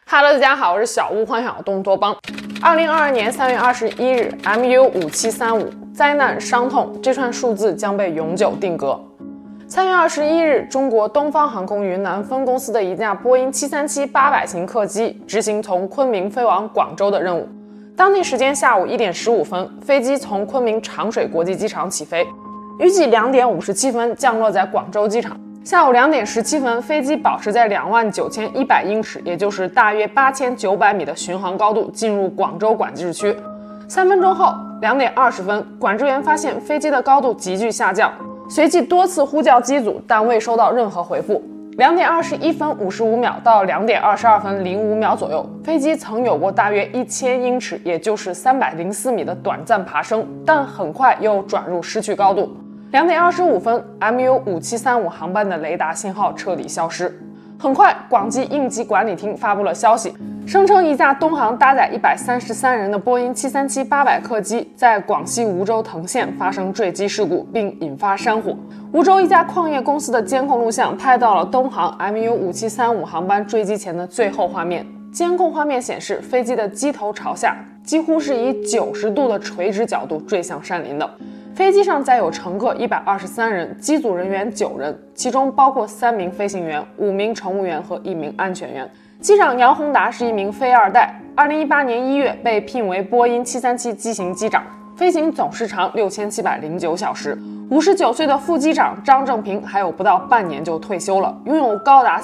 Hello， 大家好，我是小屋幻想东多邦。2022年3月21日 ，MU5735，灾难伤痛，这串数字将被永久定格。3月21日，中国东方航空云南分公司的一架波音737-800型客机执行从昆明飞往广州的任务。当地时间下午1点15分，飞机从昆明长水国际机场起飞，预计2点57分降落在广州机场。下午2点17分，飞机保持在29100英尺，也就是大约8900米的巡航高度，进入广州管制区。3分钟后，2点20分，管制员发现飞机的高度急剧下降，随即多次呼叫机组，但未收到任何回复。2点21分55秒到2点22分05秒左右，飞机曾有过大约1000英尺，也就是304米的短暂爬升，但很快又转入失去高度。2点25分 ，MU5735 航班的雷达信号彻底消失。很快，广机应急管理厅发布了消息，声称一架东航搭载133人的波音737-800客机在广西梧州藤县发生坠机事故，并引发山火。梧州一家矿业公司的监控录像拍到了东航 MU5735 航班坠机前的最后画面。监控画面显示，飞机的机头朝下，几乎是以90度的垂直角度坠向山林的。飞机上载有乘客123人，机组人员9人，其中包括3名飞行员、5名乘务员和1名安全员。机长杨宏达是一名飞二代，2018年1月被聘为波音737机型机长，飞行总时长6709小时。59岁的副机长张正平还有不到半年就退休了，拥有高达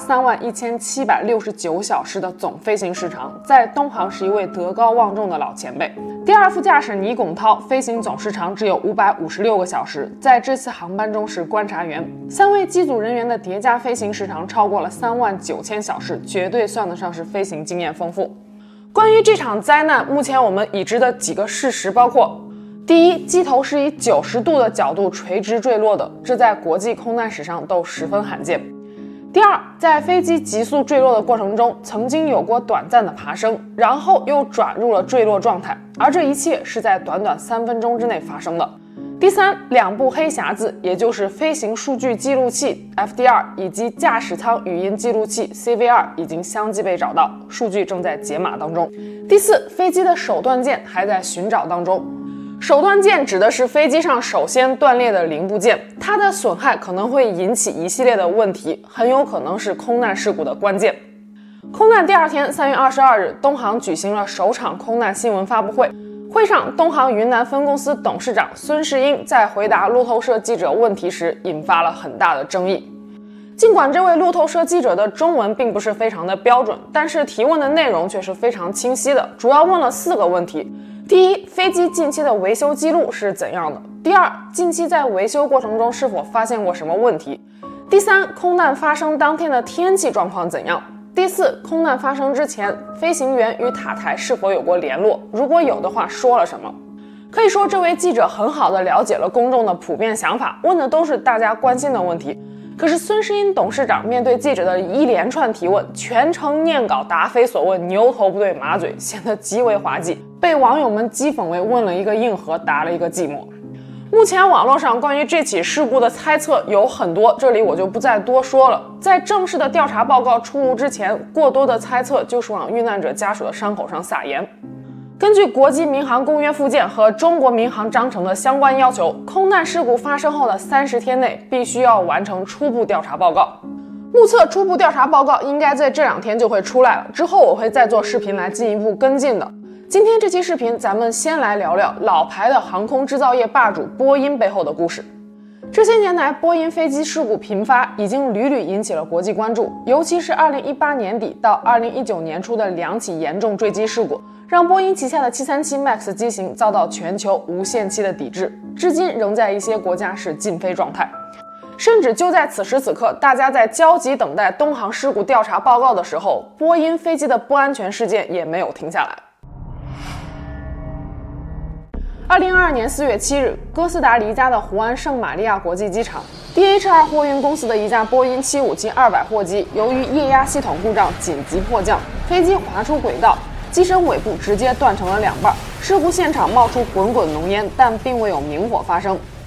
31769小时的总飞行时长，在东航是一位德高望重的老前辈。第二副驾驶倪拱涛飞行总时长只有556个小时，在这次航班中是观察员。3位机组人员的叠加飞行时长超过了39000小时，绝对算得上是飞行经验丰富。关于这场灾难，目前我们已知的几个事实包括：第一，机头是以90度的角度垂直坠落的，这在国际空难史上都十分罕见。第二，在飞机急速坠落的过程中，曾经有过短暂的爬升，然后又转入了坠落状态，而这一切是在短短3分钟之内发生的。第三，2部黑匣子，也就是飞行数据记录器 FDR 以及驾驶舱语音记录器 CVR 已经相继被找到，数据正在解码当中。第四，飞机的手段件还在寻找当中。手段件指的是飞机上首先断裂的零部件，它的损害可能会引起一系列的问题，很有可能是空难事故的关键。空难第二天3月22日，东航举行了首场空难新闻发布会。会上，东航云南分公司董事长孙世英在回答路透社记者问题时引发了很大的争议。尽管这位路透社记者的中文并不是非常的标准，但是提问的内容却是非常清晰的，主要问了4个问题。第一，飞机近期的维修记录是怎样的？第二，近期在维修过程中是否发现过什么问题？第三，空难发生当天的天气状况怎样？第四，空难发生之前，飞行员与塔台是否有过联络？如果有的话，说了什么？可以说，这位记者很好地了解了公众的普遍想法，问的都是大家关心的问题。可是孙世英董事长面对记者的一连串提问，全程念稿答非所问，牛头不对马嘴，显得极为滑稽，被网友们讥讽为问了一个硬核，答了一个寂寞。目前网络上关于这起事故的猜测有很多，这里我就不再多说了。在正式的调查报告出炉之前，过多的猜测就是往遇难者家属的伤口上撒盐。根据国际民航公约附件和中国民航章程的相关要求，空难事故发生后的30天内必须要完成初步调查报告。目测初步调查报告应该在这2天就会出来了，之后我会再做视频来进一步跟进的。今天这期视频咱们先来聊聊老牌的航空制造业霸主波音背后的故事。这些年来，波音飞机事故频发，已经屡屡引起了国际关注，尤其是2018年底到2019年初的2起严重坠机事故，让波音旗下的737 MAX 机型遭到全球无限期的抵制，至今仍在一些国家是禁飞状态。甚至就在此时此刻，大家在焦急等待东航事故调查报告的时候，波音飞机的不安全事件也没有停下来。2022年4月7日，哥斯达黎加的胡安圣玛利亚国际机场 ，DHL 货运公司的一架波音757-200货机，由于液压系统故障紧急迫降，飞机滑出轨道，机身尾部直接断成了2半。事故现场冒出滚滚浓烟，但并未有明火发生。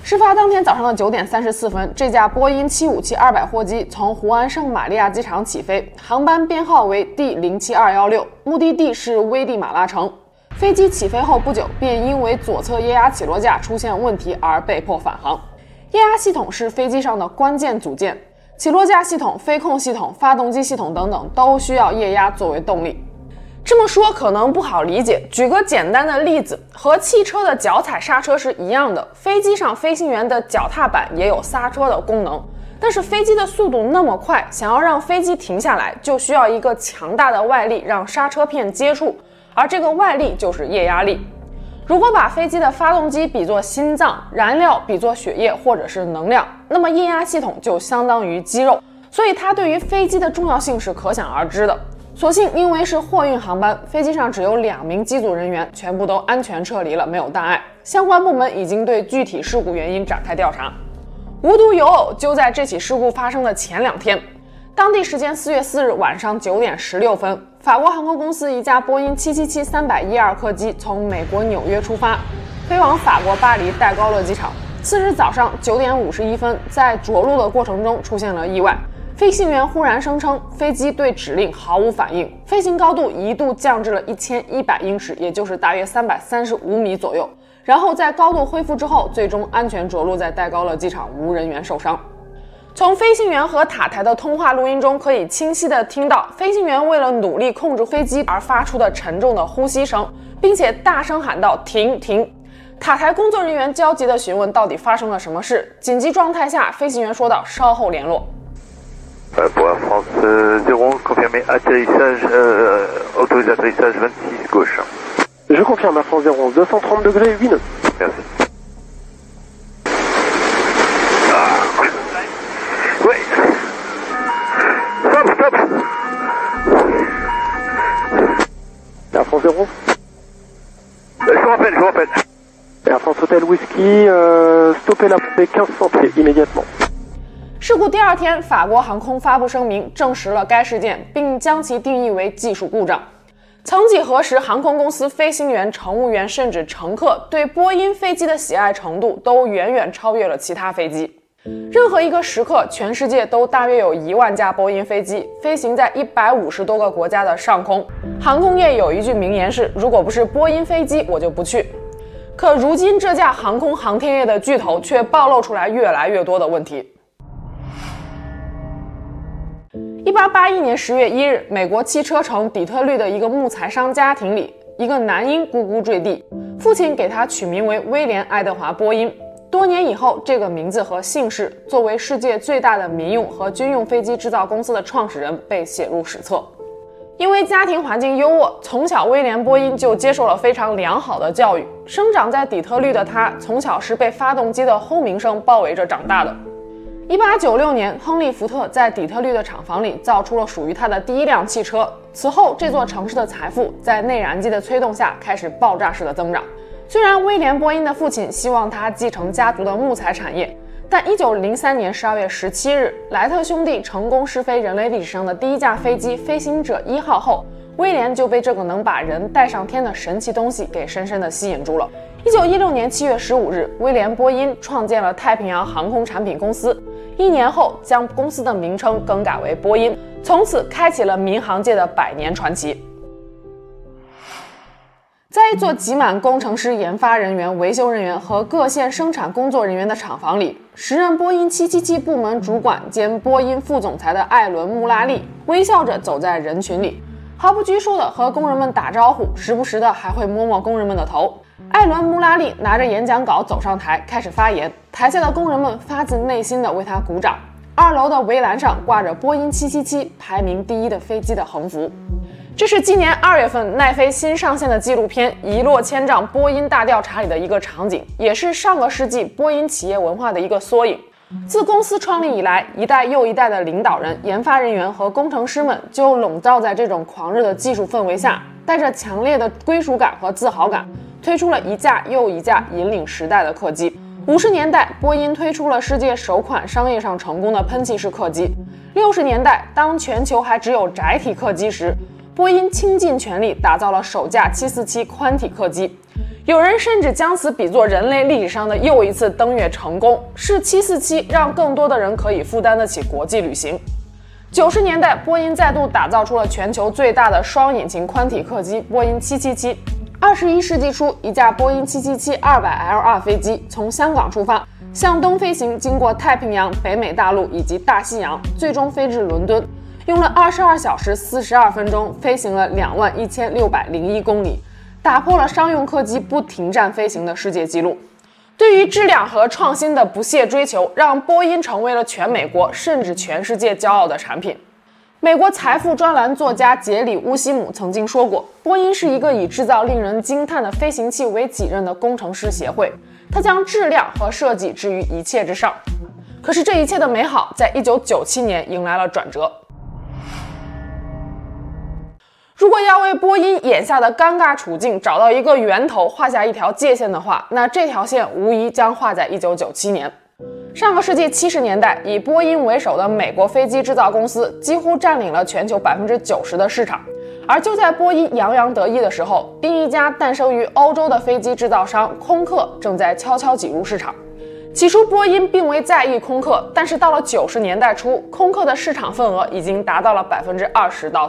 事发当天早上的9点34分，这架波音757-200货机从胡安圣玛利亚机场起飞，航班编号为 D07216， 目的地是危地马拉城。飞机起飞后不久，便因为左侧液压起落架出现问题而被迫返航。液压系统是飞机上的关键组件，起落架系统、飞控系统、发动机系统等等都需要液压作为动力。这么说可能不好理解，举个简单的例子，和汽车的脚踩刹车是一样的，飞机上飞行员的脚踏板也有刹车的功能。但是飞机的速度那么快，想要让飞机停下来，就需要一个强大的外力让刹车片接触，而这个外力就是液压力。如果把飞机的发动机比作心脏，燃料比作血液或者是能量，那么液压系统就相当于肌肉，所以它对于飞机的重要性是可想而知的。所幸因为是货运航班，飞机上只有2名机组人员，全部都安全撤离了，没有大碍。相关部门已经对具体事故原因展开调查。无独有偶，就在这起事故发生的前2天，当地时间4月4日晚上9点16分，法国航空公司一架波音777-312客机从美国纽约出发，飞往法国巴黎戴高乐机场。次日早上9点51分，在着陆的过程中出现了意外。飞行员忽然声称飞机对指令毫无反应，飞行高度一度降至了1100英尺，也就是大约335米左右。然后在高度恢复之后，最终安全着陆在戴高乐机场，无人员受伤。从飞行员和塔台的通话录音中可以清晰地听到，飞行员为了努力控制飞机而发出的沉重的呼吸声，并且大声喊道：“停停！”塔台工作人员焦急地询问到底发生了什么事。紧急状态下，飞行员说道：“稍后联络。” Pour Air France 0, confirmé atterrissage, autorisé atterrissage 26 gauche. Je confirme Air France 0, 230 degrés 8 nœuds. Merci. Oui. Stop, stop. Air France 0. Je vous rappelle. Air France Hotel Whisky, stoppez la montée 1500 pieds immédiatement. 事故第2天，法国航空发布声明证实了该事件，并将其定义为技术故障。曾几何时，航空公司飞行员、乘务员甚至乘客对波音飞机的喜爱程度都远远超越了其他飞机。任何一个时刻，全世界都大约有1万架波音飞机飞行在150多个国家的上空。航空业有一句名言是：如果不是波音飞机，我就不去。可如今，这架航空航天业的巨头却暴露出来越来越多的问题。1881年10月1日，美国汽车城底特律的一个木材商家庭里，一个男婴咕咕坠地，父亲给他取名为威廉·爱德华·波音。多年以后，这个名字和姓氏作为世界最大的民用和军用飞机制造公司的创始人被写入史册。因为家庭环境优渥，从小威廉·波音就接受了非常良好的教育。生长在底特律的他，从小是被发动机的轰鸣声包围着长大的。1896年，亨利·福特在底特律的厂房里造出了属于他的第1辆汽车。此后，这座城市的财富在内燃机的催动下开始爆炸式的增长。虽然威廉·波音的父亲希望他继承家族的木材产业，但1903年12月17日，莱特兄弟成功试飞人类历史上的第1架飞机飞行者1号后，威廉就被这个能把人带上天的神奇东西给深深地吸引住了。1916年7月15日，威廉·波音创建了太平洋航空产品公司。1年后，将公司的名称更改为波音，从此开启了民航界的100年传奇。在一座挤满工程师、研发人员、维修人员和各线生产工作人员的厂房里，时任波音777部门主管兼波音副总裁的艾伦·穆拉利微笑着走在人群里，毫不拘束地和工人们打招呼，时不时的还会摸摸工人们的头。艾伦·穆拉利拿着演讲稿走上台，开始发言。台下的工人们发自内心地为他鼓掌。2楼的围栏上挂着波音777排名第1的飞机的横幅。这是今年2月份奈飞新上线的纪录片《一落千丈波音大调查》里的一个场景，也是上个世纪波音企业文化的一个缩影。自公司创立以来，一代又一代的领导人、研发人员和工程师们就笼罩在这种狂热的技术氛围下，带着强烈的归属感和自豪感，推出了一架又一架引领时代的客机。50年代，波音推出了世界首款商业上成功的喷气式客机。60年代，当全球还只有窄体客机时，波音倾尽全力打造了首架747宽体客机。 有人甚至将此比作人类历史上的又一次登月成功，是747让更多的人可以负担得起国际旅行。90年代，波音再度打造出了全球最大的双引擎宽体客机波音777。21世纪初，一架波音777-200L2 飞机从香港出发，向东飞行，经过太平洋、北美大陆以及大西洋，最终飞至伦敦，用了22小时42分钟，飞行了21601公里，打破了商用客机不停站飞行的世界纪录。对于质量和创新的不懈追求，让波音成为了全美国甚至全世界骄傲的产品。美国财富专栏作家杰里·乌西姆曾经说过，波音是一个以制造令人惊叹的飞行器为己任的工程师协会，它将质量和设计置于一切之上。可是这一切的美好在1997年迎来了转折。如果要为波音眼下的尴尬处境找到一个源头，画下一条界限的话，那这条线无疑将画在1997年。上个世纪70年代，以波音为首的美国飞机制造公司几乎占领了全球90%的市场。而就在波音洋洋得意的时候，另一家诞生于欧洲的飞机制造商空客正在悄悄挤入市场。起初波音并未在意空客，但是到了90年代初，空客的市场份额已经达到了20%到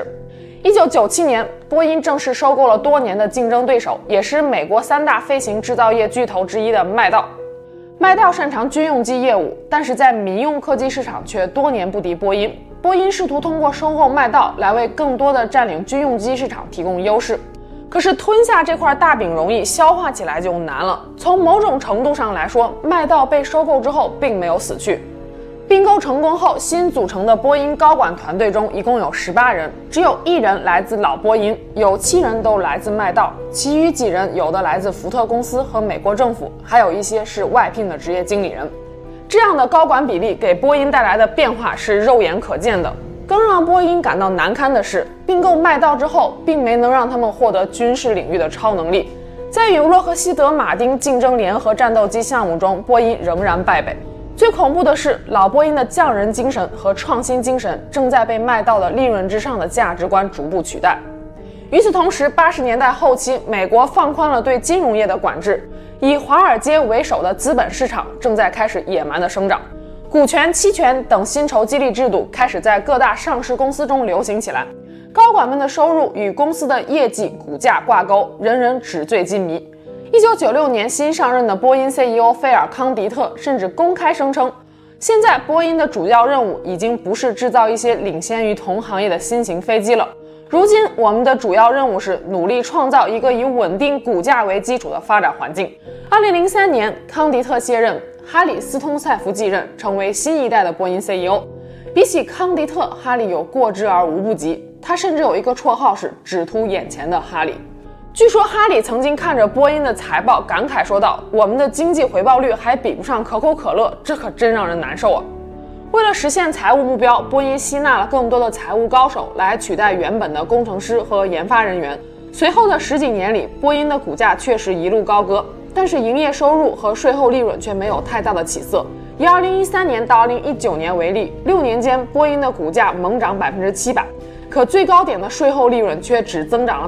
30%。1997年，波音正式收购了多年的竞争对手，也是美国3大飞行制造业巨头之一的麦道。麦道擅长军用机业务，但是在民用客机市场却多年不敌波音。波音试图通过收购麦道来为更多的占领军用机市场提供优势。可是吞下这块大饼容易，消化起来就难了。从某种程度上来说，麦道被收购之后并没有死去。并购成功后，新组成的波音高管团队中一共有18人，只有1人来自老波音，有7人都来自麦道，其余几人有的来自福特公司和美国政府，还有一些是外聘的职业经理人。这样的高管比例给波音带来的变化是肉眼可见的。更让波音感到难堪的是，并购麦道之后，并没能让他们获得军事领域的超能力。在与洛克希德马丁竞争联合战斗机项目中，波音仍然败北。最恐怖的是，老波音的匠人精神和创新精神正在被麦道的利润之上的价值观逐步取代。与此同时，80年代后期，美国放宽了对金融业的管制，以华尔街为首的资本市场正在开始野蛮的生长，股权、期权等薪酬激励制度开始在各大上市公司中流行起来，高管们的收入与公司的业绩、股价挂钩，人人纸醉金迷。1996年新上任的波音 CEO 菲尔康迪特甚至公开声称，现在波音的主要任务已经不是制造一些领先于同行业的新型飞机了，如今我们的主要任务是努力创造一个以稳定股价为基础的发展环境。2003年，康迪特卸任，哈里斯通塞夫继任，成为新一代的波音 CEO。比起康迪特，哈里有过之而无不及，他甚至有一个绰号是只图眼前的哈里。据说哈里曾经看着波音的财报感慨说道，我们的经济回报率还比不上可口可乐，这可真让人难受啊。为了实现财务目标，波音吸纳了更多的财务高手来取代原本的工程师和研发人员。随后的10几年里，波音的股价确实一路高歌，但是营业收入和税后利润却没有太大的起色。以2013年到2019年为例，6年间波音的股价猛涨700%，可最高点的税后利润却只增长了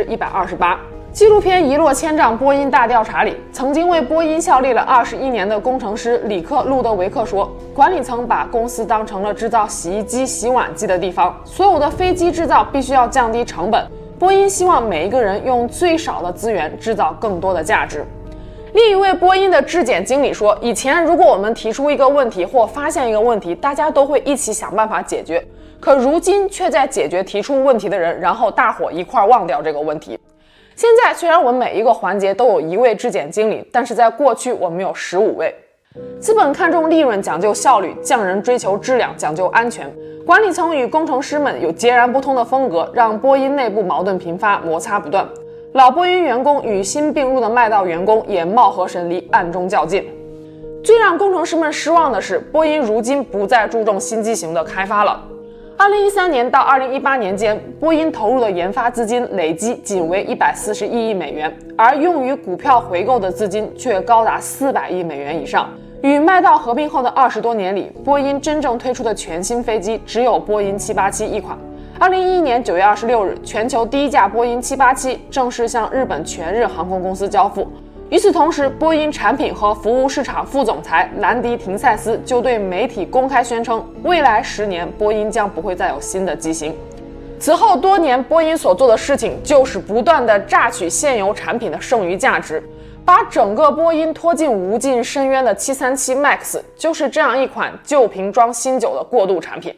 128%。纪录片《一落千丈：波音大调查》里，曾经为波音效力了21年的工程师里克·路德维克说，管理层把公司当成了制造洗衣机、洗碗机的地方，所有的飞机制造必须要降低成本。波音希望每一个人用最少的资源制造更多的价值。另一位波音的质检经理说，以前如果我们提出一个问题或发现一个问题，大家都会一起想办法解决，可如今却在解决提出问题的人，然后大伙一块忘掉这个问题。现在虽然我们每一个环节都有1位质检经理，但是在过去我们有15位。资本看重利润，讲究效率，匠人追求质量，讲究安全。管理层与工程师们有截然不同的风格，让波音内部矛盾频发，摩擦不断。老波音员工与新并入的麦道员工也貌合神离，暗中较劲。最让工程师们失望的是，波音如今不再注重新机型的开发了。2013年到2018年间，波音投入的研发资金累计仅为141亿美元，而用于股票回购的资金却高达400亿美元以上。与麦道合并后的20多年里，波音真正推出的全新飞机只有波音787一款。 2011年9月26日，全球第一架波音787正式向日本全日航空公司交付。与此同时，波音产品和服务市场副总裁兰迪·廷塞斯就对媒体公开宣称，未来10年波音将不会再有新的机型。此后多年，波音所做的事情就是不断地榨取现有产品的剩余价值，把整个波音拖进无尽深渊的737 MAX 就是这样一款旧瓶装新酒的过渡产品。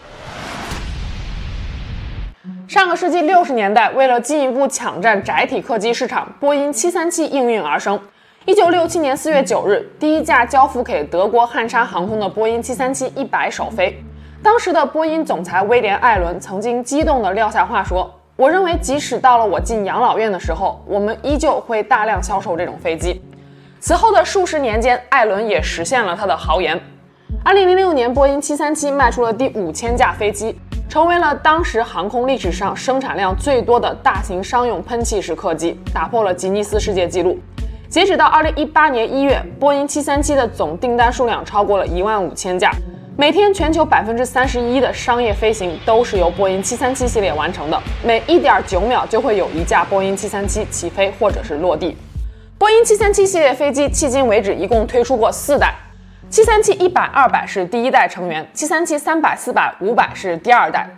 上个世纪60年代，为了进一步抢占载体客机市场，波音737应运而生。1967年4月9日，第一架交付给德国汉莎航空的波音737-100首飞。当时的波音总裁威廉·艾伦曾经激动地撂下话说：“我认为即使到了我进养老院的时候，我们依旧会大量销售这种飞机。”此后的数十年间，艾伦也实现了他的豪言。2006年，波音737卖出了第5000架飞机，成为了当时航空历史上生产量最多的大型商用喷气式客机，打破了吉尼斯世界纪录。截止到2018年1月，波音737的总订单数量超过了15000架。每天全球31%的商业飞行都是由波音737系列完成的，每 1.9 秒就会有一架波音737起飞或者是落地。波音737系列飞机迄今为止一共推出过4代，737-100、200是第一代成员，737-300、400、500是第二代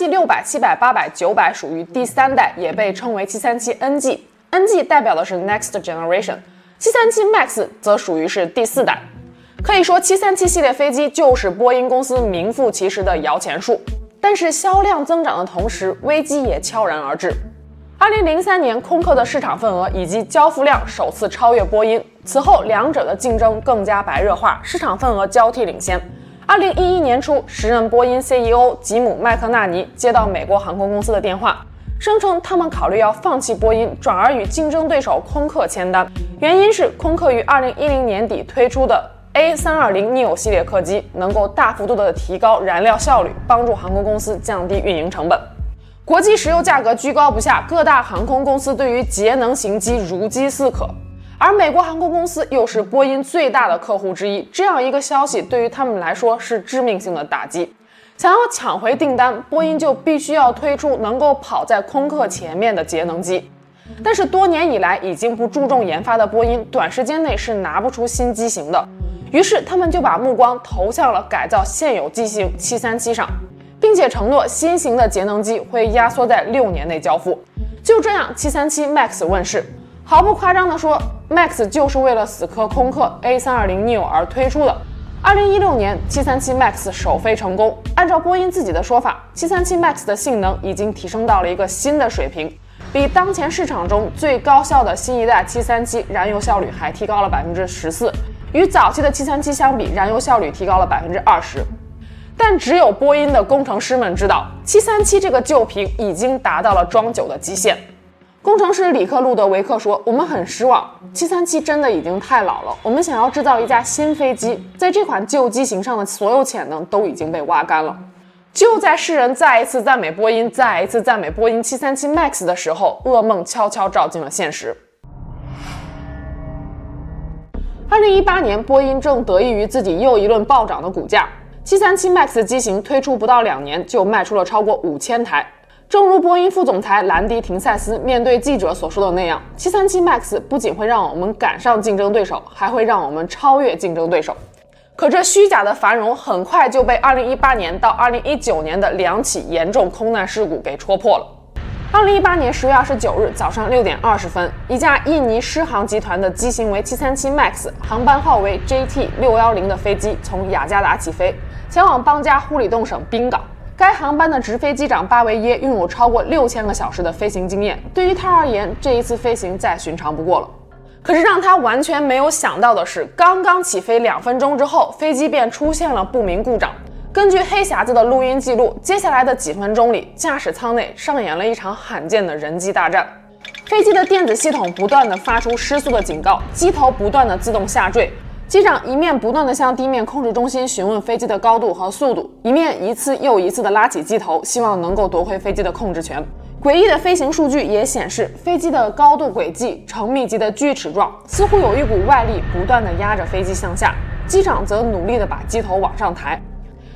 ，737-600、700、800、900属于第3代，也被称为737 NG。NG 代表的是 Next Generation，737 MAX 则属于是第4代。可以说737系列飞机就是波音公司名副其实的摇钱树。但是销量增长的同时，危机也悄然而至。2003年，空客的市场份额以及交付量首次超越波音，此后两者的竞争更加白热化，市场份额交替领先。2011年初，时任波音 CEO 吉姆·麦克纳尼接到美国航空公司的电话，声称他们考虑要放弃波音，转而与竞争对手空客签单，原因是空客于2010年底推出的A320neo 系列客机能够大幅度的提高燃料效率，帮助航空公司降低运营成本。国际石油价格居高不下，各大航空公司对于节能型机如饥似渴，而美国航空公司又是波音最大的客户之一，这样一个消息对于他们来说是致命性的打击。想要抢回订单，波音就必须要推出能够跑在空客前面的节能机。但是多年以来已经不注重研发的波音，短时间内是拿不出新机型的。于是他们就把目光投向了改造现有机型737上，并且承诺新型的节能机会压缩在6年内交付。就这样，737 MAX 问世。毫不夸张地说， MAX 就是为了死磕空客 A320neo 而推出的。2016年737 MAX 首飞成功。按照波音自己的说法，737 MAX 的性能已经提升到了一个新的水平，比当前市场中最高效的新一代737燃油效率还提高了14%。与早期的737相比，燃油效率提高了20%。但只有波音的工程师们知道，737这个旧瓶已经达到了装酒的极限。工程师里克·路德维克说：“我们很失望，737真的已经太老了。我们想要制造一架新飞机，在这款旧机型上的所有潜能都已经被挖干了。”就在世人再一次赞美波音，再一次赞美波音737 MAX 的时候，噩梦悄悄照进了现实。2018年，波音正得益于自己又一轮暴涨的股价，737 MAX 机型推出不到2年就卖出了超过5000台。正如波音副总裁兰迪·廷塞斯面对记者所说的那样，737 MAX 不仅会让我们赶上竞争对手，还会让我们超越竞争对手。可这虚假的繁荣很快就被2018年到2019年的2起严重空难事故给戳破了。2018年10月29日早上6点20分，一架印尼狮航集团的机型为737 MAX， 航班号为 JT610 的飞机从雅加达起飞，前往邦加胡里洞省宾港。该航班的直飞机长巴维耶拥有超过6000个小时的飞行经验，对于他而言，这一次飞行再寻常不过了。可是让他完全没有想到的是，刚刚起飞2分钟之后，飞机便出现了不明故障。根据黑匣子的录音记录，接下来的几分钟里，驾驶舱内上演了一场罕见的人机大战。飞机的电子系统不断地发出失速的警告，机头不断地自动下坠。机长一面不断地向地面控制中心询问飞机的高度和速度，一面一次又一次地拉起机头，希望能够夺回飞机的控制权。诡异的飞行数据也显示，飞机的高度轨迹呈密集的锯齿状，似乎有一股外力不断地压着飞机向下。机长则努力地把机头往上抬。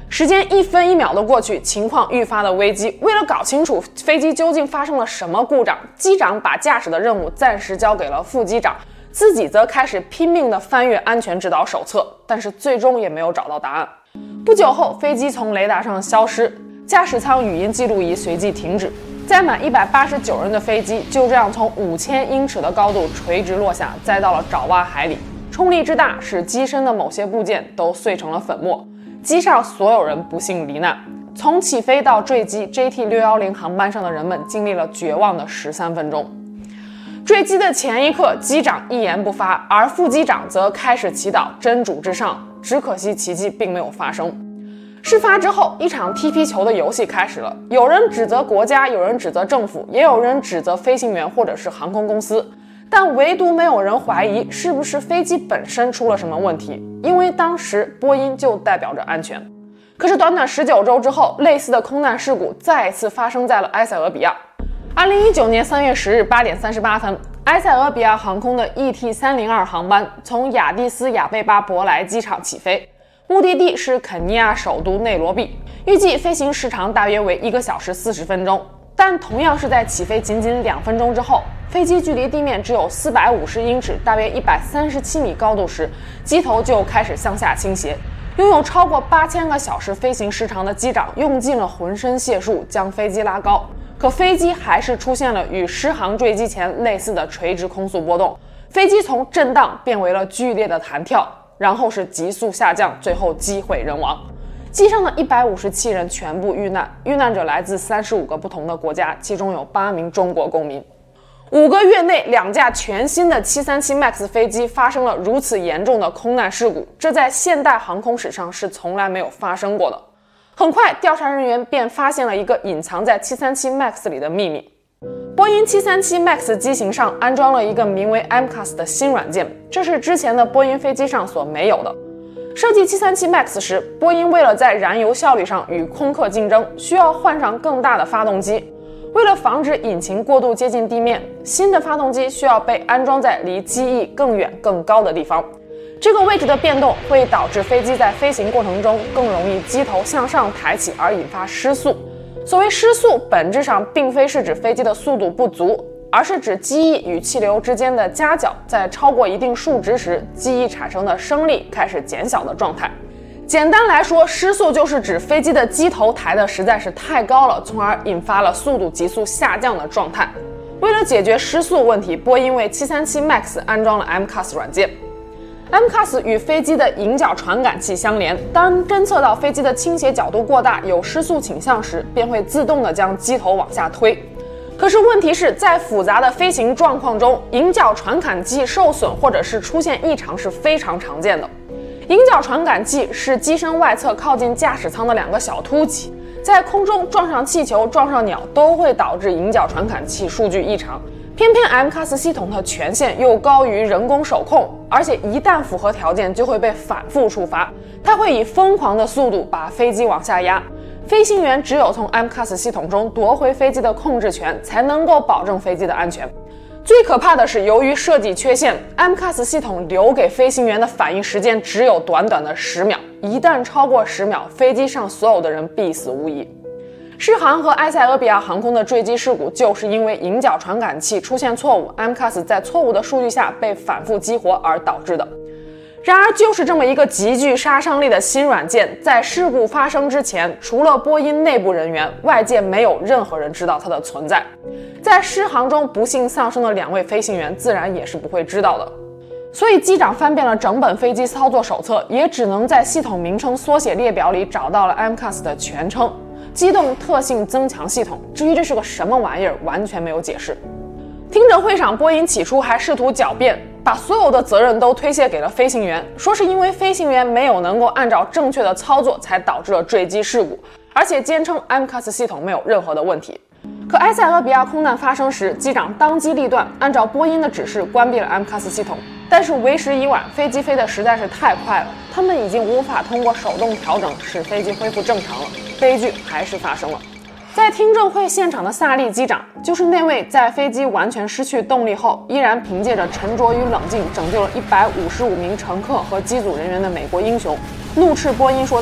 时间1分1秒的过去，情况愈发的危机。为了搞清楚飞机究竟发生了什么故障，机长把驾驶的任务暂时交给了副机长，自己则开始拼命地翻阅安全指导手册，但是最终也没有找到答案。不久后，飞机从雷达上消失，驾驶舱语音记录仪随即停止。载满189人的飞机就这样从5000英尺的高度垂直落下，栽到了爪哇海里。冲力之大，使机身的某些部件都碎成了粉末。机上所有人不幸罹难。从起飞到坠机 ，JT610 航班上的人们经历了绝望的13分钟。坠机的前一刻，机长一言不发，而副机长则开始祈祷真主至上。只可惜奇迹并没有发生。事发之后，一场踢皮球的游戏开始了。有人指责国家，有人指责政府，也有人指责飞行员或者是航空公司。但唯独没有人怀疑是不是飞机本身出了什么问题，因为当时波音就代表着安全。可是短短19周之后，类似的空难事故再一次发生在了埃塞俄比亚。2019年3月10日8点38分，埃塞俄比亚航空的 ET302 航班从亚的斯亚贝巴伯莱机场起飞，目的地是肯尼亚首都内罗毕，预计飞行时长大约为1个小时40分钟。但同样是在起飞仅仅2分钟之后，飞机距离地面只有450英尺，大约137米高度时，机头就开始向下倾斜。拥有超过8000个小时飞行时长的机长用尽了浑身解数将飞机拉高，可飞机还是出现了与失航坠机前类似的垂直空速波动，飞机从震荡变为了剧烈的弹跳，然后是急速下降，最后机毁人亡。机上的157人全部遇难，遇难者来自35个不同的国家，其中有8名中国公民。5个月内，2架全新的737 MAX 飞机发生了如此严重的空难事故，这在现代航空史上是从来没有发生过的。很快，调查人员便发现了一个隐藏在737 MAX 里的秘密。波音737 MAX 机型上安装了一个名为 MCAS 的新软件，这是之前的波音飞机上所没有的。设计737 MAX 时，波音为了在燃油效率上与空客竞争，需要换上更大的发动机。为了防止引擎过度接近地面，新的发动机需要被安装在离机翼更远更高的地方。这个位置的变动会导致飞机在飞行过程中更容易机头向上抬起，而引发失速。所谓失速，本质上并非是指飞机的速度不足，而是指机翼与气流之间的夹角在超过一定数值时，机翼产生的升力开始减小的状态。简单来说，失速就是指飞机的机头抬得实在是太高了，从而引发了速度急速下降的状态。为了解决失速问题，波音为737 MAX 安装了 MCAS 软件。MCAS 与飞机的迎角传感器相连，当侦测到飞机的倾斜角度过大，有失速倾向时，便会自动地将机头往下推。可是问题是在复杂的飞行状况中，迎角传感器受损或者是出现异常是非常常见的。迎角传感器是机身外侧靠近驾驶舱的2个小凸起，在空中撞上气球、撞上鸟都会导致迎角传感器数据异常。偏偏 MCAS 系统的权限又高于人工手控，而且一旦符合条件就会被反复触发，它会以疯狂的速度把飞机往下压。飞行员只有从 MCAS 系统中夺回飞机的控制权，才能够保证飞机的安全。最可怕的是，由于设计缺陷 ，MCAS 系统留给飞行员的反应时间只有短短的10秒，一旦超过10秒，飞机上所有的人必死无疑。世航和埃塞俄比亚航空的坠机事故就是因为迎角传感器出现错误 ，MCAS 在错误的数据下被反复激活而导致的。然而，就是这么一个极具杀伤力的新软件，在事故发生之前，除了波音内部人员，外界没有任何人知道它的存在。在失航中不幸丧生的2位飞行员，自然也是不会知道的。所以，机长翻遍了整本飞机操作手册，也只能在系统名称缩写列表里找到了 MCAS 的全称——机动特性增强系统。至于这是个什么玩意儿，完全没有解释。听证会上，波音起初还试图狡辩，把所有的责任都推卸给了飞行员，说是因为飞行员没有能够按照正确的操作才导致了坠机事故，而且坚称 MCAS 系统没有任何的问题。可埃塞俄比亚空难发生时，机长当机立断，按照波音的指示关闭了 MCAS 系统。但是为时已晚，飞机飞得实在是太快了，他们已经无法通过手动调整使飞机恢复正常了，悲剧还是发生了。在听证会现场的萨利机长，就是那位在飞机完全失去动力后，依然凭借着沉着与冷静拯救了155名乘客和机组人员的美国英雄，怒斥波音说道：“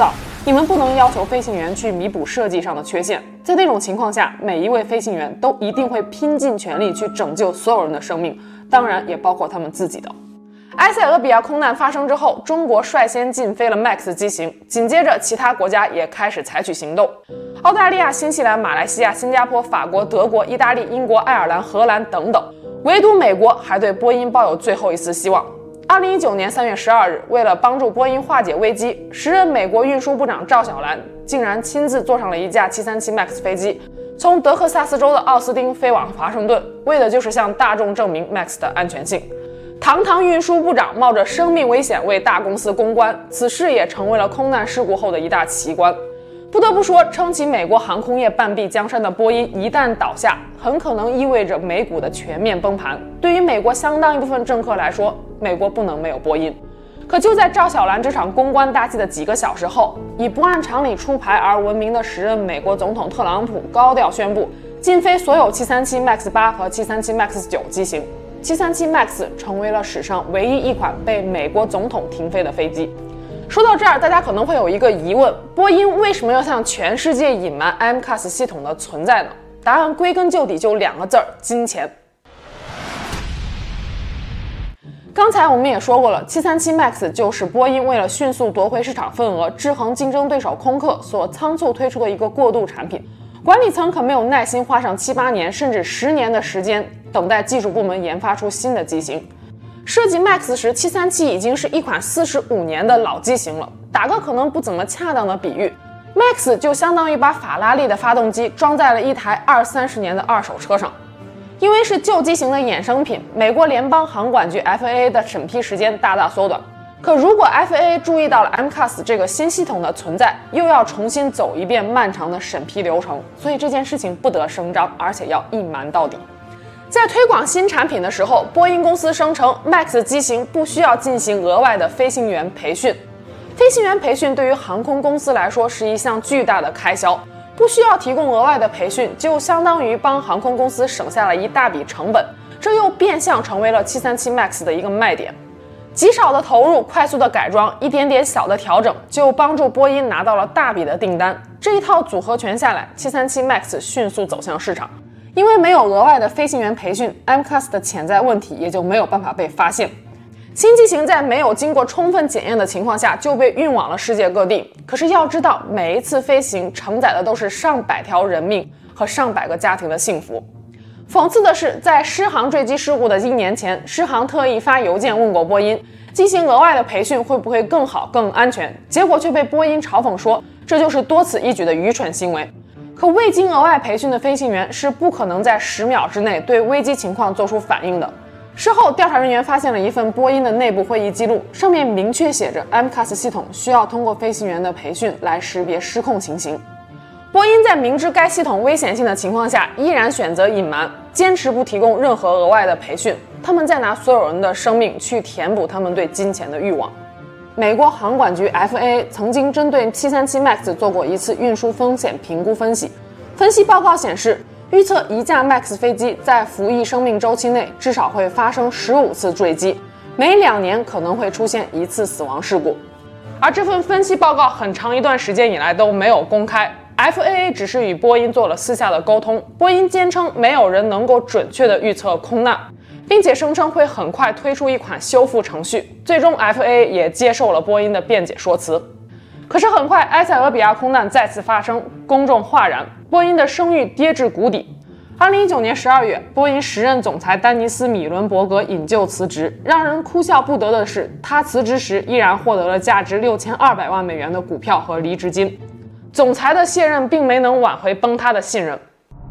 你们不能要求飞行员去弥补设计上的缺陷，在那种情况下，每一位飞行员都一定会拼尽全力去拯救所有人的生命，当然也包括他们自己的。埃塞俄比亚空难发生之后，中国率先禁飞了 MAX 机型，紧接着其他国家也开始采取行动。澳大利亚、新西兰、马来西亚、新加坡、法国、德国、意大利、英国、爱尔兰、荷兰等等，唯独美国还对波音抱有最后一丝希望。2019年3月12日，为了帮助波音化解危机，时任美国运输部长赵小兰竟然亲自坐上了一架737 MAX 飞机，从德克萨斯州的奥斯汀飞往华盛顿，为的就是向大众证明 MAX 的安全性。堂堂运输部长冒着生命危险为大公司公关，此事也成为了空难事故后的一大奇观。不得不说，撑起美国航空业半壁江山的波音一旦倒下，很可能意味着美股的全面崩盘。对于美国相当一部分政客来说，美国不能没有波音。可就在赵小兰这场公关大戏的几个小时后，以不按常理出牌而闻名的时任美国总统特朗普高调宣布禁飞所有737 MAX 8和737 MAX 9机型。737 MAX 成为了史上唯一一款被美国总统停飞的飞机。说到这儿，大家可能会有一个疑问：波音为什么要向全世界隐瞒 MCAS 系统的存在呢？答案归根究底就2个字儿：金钱。刚才我们也说过了，737 MAX 就是波音为了迅速夺回市场份额，制衡竞争对手空客所仓促推出的一个过渡产品。管理层可没有耐心花上7、8年甚至10年的时间等待技术部门研发出新的机型。设计 MAX 时，737已经是一款45年的老机型了。打个可能不怎么恰当的比喻， MAX 就相当于把法拉利的发动机装在了一台20-30年的二手车上。因为是旧机型的衍生品，美国联邦航管局 FAA 的审批时间大大缩短。可如果 FAA 注意到了 MCAS 这个新系统的存在，又要重新走一遍漫长的审批流程，所以这件事情不得声张，而且要隐瞒到底。在推广新产品的时候，波音公司声称 MAX 机型不需要进行额外的飞行员培训。飞行员培训对于航空公司来说是一项巨大的开销，不需要提供额外的培训，就相当于帮航空公司省下了一大笔成本，这又变相成为了737 MAX 的一个卖点。极少的投入，快速的改装，一点点小的调整，就帮助波音拿到了大笔的订单。这一套组合拳下来，737 MAX 迅速走向市场。因为没有额外的飞行员培训， MCAS 的潜在问题也就没有办法被发现。新机型在没有经过充分检验的情况下就被运往了世界各地。可是要知道，每一次飞行承载的都是上百条人命和上百个家庭的幸福。讽刺的是，在狮航坠机事故的1年前，狮航特意发邮件问过波音，进行额外的培训会不会更好、更安全？结果却被波音嘲讽说，这就是多此一举的愚蠢行为。可未经额外培训的飞行员是不可能在10秒之内对危机情况做出反应的。事后，调查人员发现了一份波音的内部会议记录，上面明确写着 MCAS 系统需要通过飞行员的培训来识别失控情形。波音在明知该系统危险性的情况下，依然选择隐瞒，坚持不提供任何额外的培训。他们在拿所有人的生命去填补他们对金钱的欲望。美国航管局 FAA 曾经针对737 MAX 做过一次运输风险评估分析，分析报告显示，预测一架 MAX 飞机在服役生命周期内至少会发生15次坠机，每2年可能会出现1次死亡事故。而这份分析报告很长一段时间以来都没有公开， FAA 只是与波音做了私下的沟通，波音坚称没有人能够准确地预测空难，并且声称会很快推出一款修复程序。最终 FAA 也接受了波音的辩解说辞。可是很快，埃塞俄比亚空难再次发生，公众哗然，波音的声誉跌至谷底。2019年12月，波音时任总裁丹尼斯·米伦伯格引咎辞职。让人哭笑不得的是，他辞职时依然获得了价值6200万美元的股票和离职金。总裁的卸任并没能挽回崩塌的信任。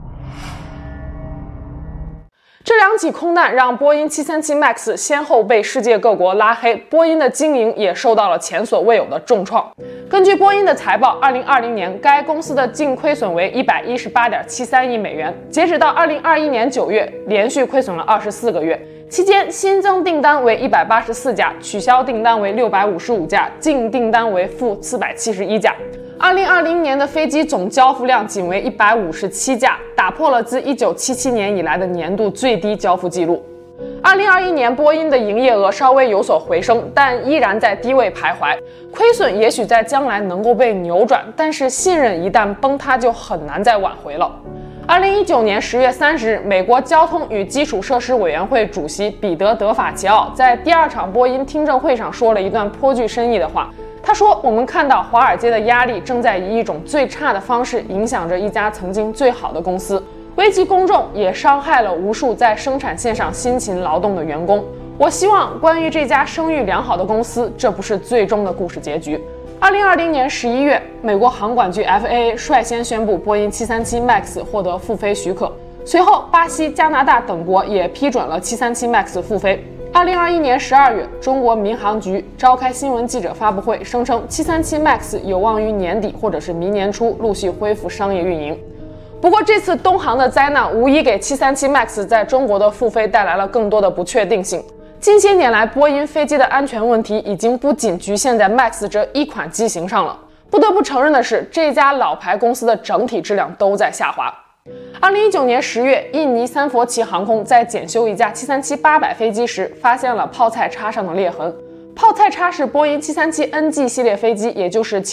这2起空难让波音737 MAX 先后被世界各国拉黑，波音的经营也受到了前所未有的重创。根据波音的财报，2020年该公司的净亏损为118.73亿美元，截止到2021年9月，连续亏损了24个月。期间新增订单为184架，取消订单为655架，净订单为负471架。2020年的飞机总交付量仅为157架，打破了自1977年以来的年度最低交付记录。2021 2021年，波音的营业额稍微有所回升，但依然在低位徘徊，亏损也许在将来能够被扭转，但是信任一旦崩塌，就很难再挽回了。2019年10月30日，美国交通与基础设施委员会主席彼得·德法齐奥在第2场波音听证会上说了一段颇具深意的话。他说：“我们看到华尔街的压力正在以一种最差的方式影响着一家曾经最好的公司，危及公众，也伤害了无数在生产线上辛勤劳动的员工。我希望关于这家声誉良好的公司，这不是最终的故事结局。” 2020年11月，美国航管局 FAA 率先宣布波音737 MAX 获得复飞许可，随后巴西、加拿大等国也批准了737 MAX 复飞。2021年12月，中国民航局召开新闻记者发布会，声称737 MAX 有望于年底或者是明年初陆续恢复商业运营。不过，这次东航的灾难无疑给737 MAX 在中国的复飞带来了更多的不确定性。近些年来，波音飞机的安全问题已经不仅局限在 MAX 这一款机型上了。不得不承认的是，这家老牌公司的整体质量都在下滑。2019年10月，印尼三佛齐航空在检修一架737-800飞机时，发现了泡菜叉上的裂痕。泡菜叉是波音737NG 系列飞机，也就是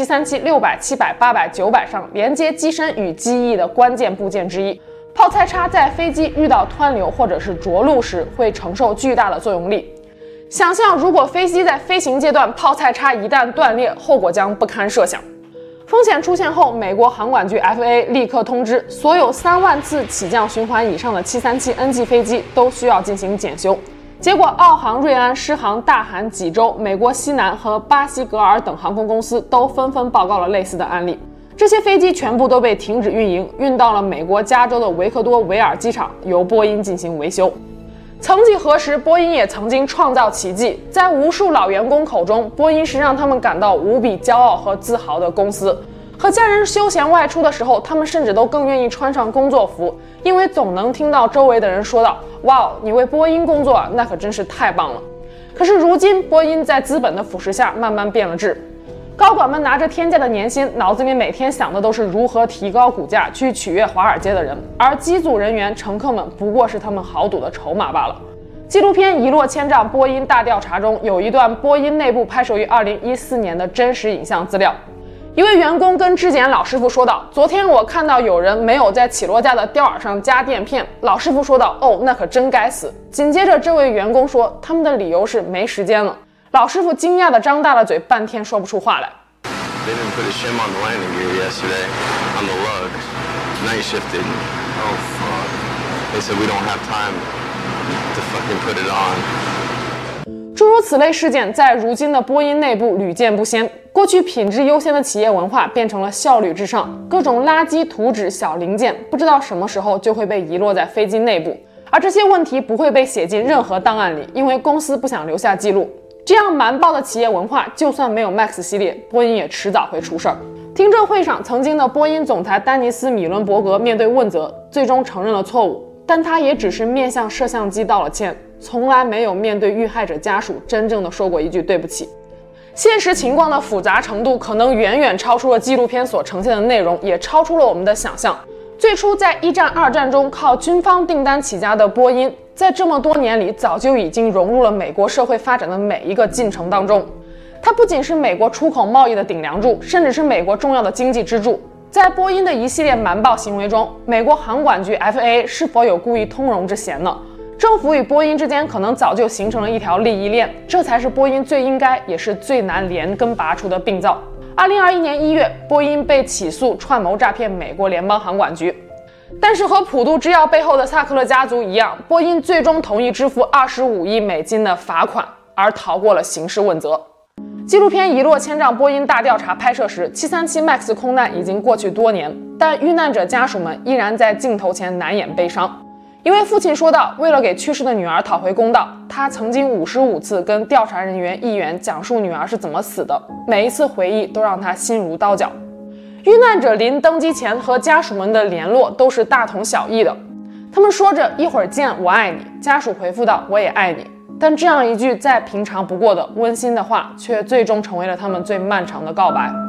737-600、700、800、900上连接机身与机翼的关键部件之一。泡菜叉在飞机遇到湍流或者是着陆时，会承受巨大的作用力。想象如果飞机在飞行阶段泡菜叉一旦断裂，后果将不堪设想。风险出现后，美国航管局 FAA 立刻通知所有3万次起降循环以上的737NG 飞机都需要进行检修。结果，澳航、瑞安、狮航、大韩、济州、美国西南和巴西格尔等航空公司都纷纷报告了类似的案例。这些飞机全部都被停止运营，运到了美国加州的维克多维尔机场，由波音进行维修。曾几何时，波音也曾经创造奇迹，在无数老员工口中，波音是让他们感到无比骄傲和自豪的公司。和家人休闲外出的时候，他们甚至都更愿意穿上工作服，因为总能听到周围的人说道：“哇，你为波音工作啊，那可真是太棒了。”可是如今，波音在资本的腐蚀下慢慢变了质。高管们拿着天价的年薪，脑子里每天想的都是如何提高股价去取悦华尔街的人，而机组人员、乘客们不过是他们豪赌的筹码罢了。纪录片《一落千丈：波音大调查》中有一段波音内部拍摄于2014年的真实影像资料。一位员工跟质检老师傅说道：“昨天我看到有人没有在起落架的吊耳上加垫片。”老师傅说道：“哦，那可真该死。”紧接着，这位员工说：“他们的理由是没时间了。”老师傅惊讶地张大了嘴，半天说不出话来。 They didn't put a shim on the landing gear yesterday on the lug. Night shifted. Oh fuck. They said we don't have time to fucking put it on. 诸如此类事件在如今的波音内部屡见不鲜。过去品质优先的企业文化变成了效率至上，各种垃圾、图纸、小零件不知道什么时候就会被遗落在飞机内部，而这些问题不会被写进任何档案里，因为公司不想留下记录。这样蛮暴的企业文化，就算没有 MAX 系列，波音也迟早会出事儿。听证会上，曾经的波音总裁丹尼斯·米伦伯格面对问责，最终承认了错误，但他也只是面向摄像机道了歉，从来没有面对遇害者家属真正的说过一句对不起。现实情况的复杂程度可能远远超出了纪录片所呈现的内容，也超出了我们的想象。最初在1战、2战中靠军方订单起家的波音，在这么多年里早就已经融入了美国社会发展的每一个进程当中。它不仅是美国出口贸易的顶梁柱，甚至是美国重要的经济支柱。在波音的一系列瞒报行为中，美国航管局 FAA 是否有故意通融之嫌呢？政府与波音之间可能早就形成了一条利益链，这才是波音最应该也是最难连根拔除的病灶。2021年1月，波音被起诉串谋诈骗美国联邦航管局。但是和普渡制药背后的萨克勒家族一样，波音最终同意支付25亿美金的罚款，而逃过了刑事问责。纪录片《一落千丈：波音大调查》拍摄时，737 MAX 空难已经过去多年，但遇难者家属们依然在镜头前难掩悲伤。一位父亲说道：“为了给去世的女儿讨回公道，他曾经55次跟调查人员、议员讲述女儿是怎么死的，每一次回忆都让他心如刀绞。”遇难者临登机前和家属们的联络都是大同小异的，他们说着“一会儿见，我爱你”，家属回复道“我也爱你”。但这样一句再平常不过的温馨的话，却最终成为了他们最漫长的告白。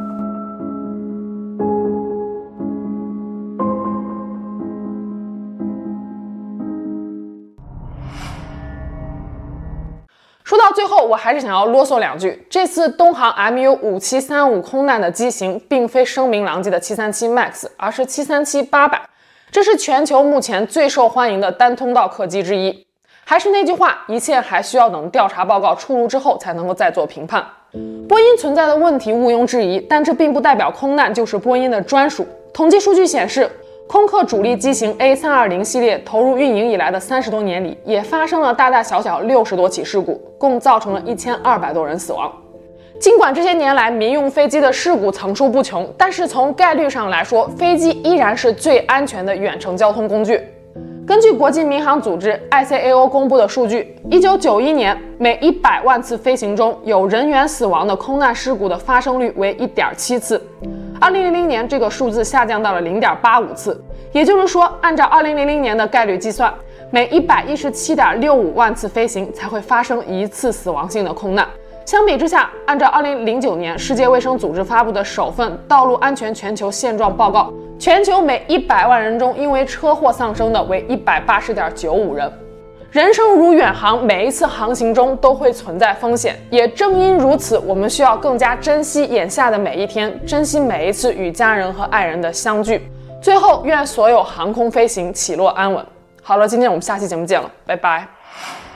说到最后，我还是想要啰嗦两句。这次东航 MU5735 空难的机型并非声名狼藉的737 MAX， 而是737-800，这是全球目前最受欢迎的单通道客机之一。还是那句话，一切还需要等调查报告出炉之后才能够再做评判。波音存在的问题毋庸置疑，但这并不代表空难就是波音的专属。统计数据显示，空客主力机型 A320 系列投入运营以来的30多年里，也发生了大大小小60多起事故，共造成了1200多人死亡。尽管这些年来民用飞机的事故层出不穷，但是从概率上来说，飞机依然是最安全的远程交通工具。根据国际民航组织 ICAO 公布的数据，1991年每100万次飞行中有人员死亡的空难事故的发生率为 1.7 次。2000年这个数字下降到了 0.85 次，也就是说，按照2000年的概率计算，每 117.65 万次飞行才会发生1次死亡性的空难。相比之下，按照2009年世界卫生组织发布的首份道路安全全球现状报告，全球每100万人中因为车祸丧生的为 180.95 人。人生如远航，每一次航行中都会存在风险，也正因如此，我们需要更加珍惜眼下的每一天，珍惜每一次与家人和爱人的相聚。最后，愿所有航空飞行起落安稳。好了，今天我们下期节目见了，拜拜。